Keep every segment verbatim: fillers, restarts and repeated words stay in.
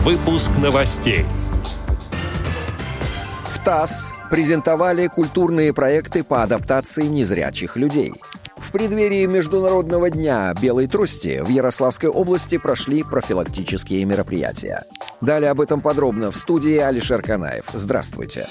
Выпуск новостей. В ТАСС презентовали культурные проекты по адаптации незрячих людей. В преддверии Международного дня белой трости в Ярославской области прошли профилактические мероприятия. Далее об этом подробно в студии Алишер Канаев. Здравствуйте.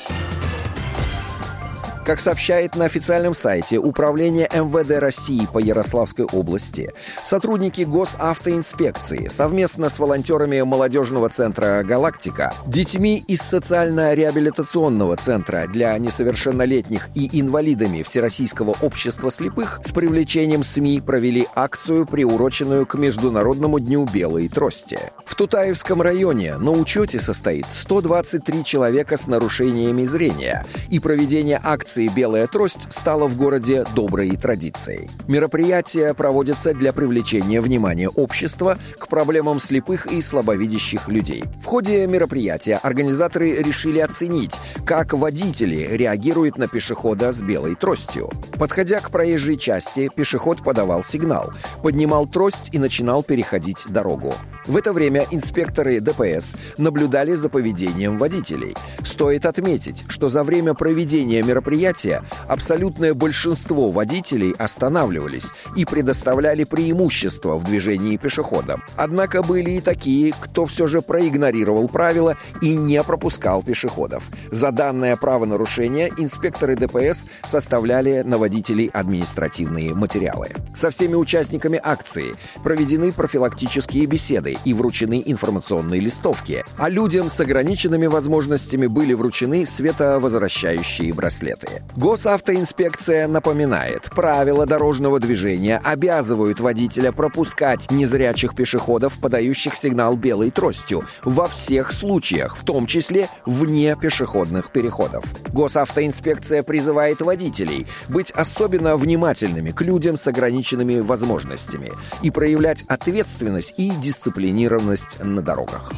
Как сообщает на официальном сайте Управления эм вэ дэ России по Ярославской области, сотрудники госавтоинспекции совместно с волонтерами молодежного центра «Галактика», детьми из социально-реабилитационного центра для несовершеннолетних и инвалидами Всероссийского общества слепых с привлечением СМИ провели акцию, приуроченную к Международному дню белой трости. В Тутаевском районе на учете состоит сто двадцать три человека с нарушениями зрения, и проведение акции «Белая трость» стала в городе доброй традицией. Мероприятия проводятся для привлечения внимания общества к проблемам слепых и слабовидящих людей. В ходе мероприятия организаторы решили оценить, как водители реагируют на пешехода с белой тростью. Подходя к проезжей части, пешеход подавал сигнал, поднимал трость и начинал переходить дорогу. В это время инспекторы дэ пэ эс наблюдали за поведением водителей. Стоит отметить, что за время проведения мероприятия абсолютное большинство водителей останавливались и предоставляли преимущество в движении пешеходам. Однако были и такие, кто все же проигнорировал правила и не пропускал пешеходов. За данное правонарушение инспекторы дэ пэ эс составляли на водителей административные материалы. Со всеми участниками акции проведены профилактические беседы и вручены информационные листовки, а людям с ограниченными возможностями были вручены световозвращающие браслеты. Госавтоинспекция напоминает, правила дорожного движения обязывают водителя пропускать незрячих пешеходов, подающих сигнал белой тростью, во всех случаях, в том числе вне пешеходных переходов. Госавтоинспекция призывает водителей быть особенно внимательными к людям с ограниченными возможностями и проявлять ответственность и дисциплинированность на дорогах.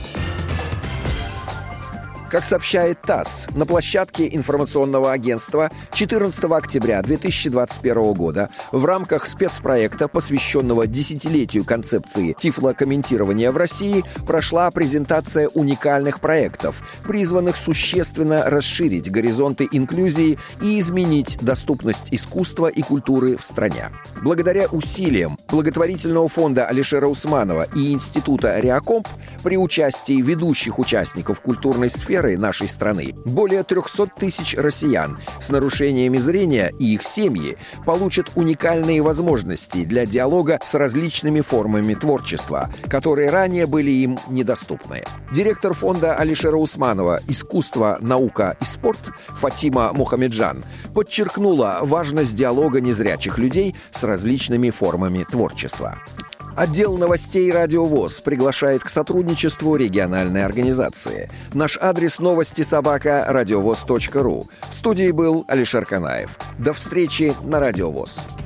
Как сообщает ТАСС, на площадке информационного агентства четырнадцатого октября две тысячи двадцать первого года в рамках спецпроекта, посвященного десятилетию концепции тифлокомментирования в России, прошла презентация уникальных проектов, призванных существенно расширить горизонты инклюзии и изменить доступность искусства и культуры в стране. Благодаря усилиям благотворительного фонда Алишера Усманова и Института Реакомп при участии ведущих участников культурной сферы нашей страны более триста тысяч россиян с нарушениями зрения и их семьи получат уникальные возможности для диалога с различными формами творчества, которые ранее были им недоступны. Директор фонда Алишера Усманова «Искусство, наука и спорт» Фатима Мухамеджан подчеркнула важность диалога незрячих людей с различными формами творчества. Отдел новостей «Радио ВОС» приглашает к сотрудничеству региональной организации. Наш адрес новости собака радиовоз точка ру. В студии был Алишер Канаев. До встречи на Радио ВОС.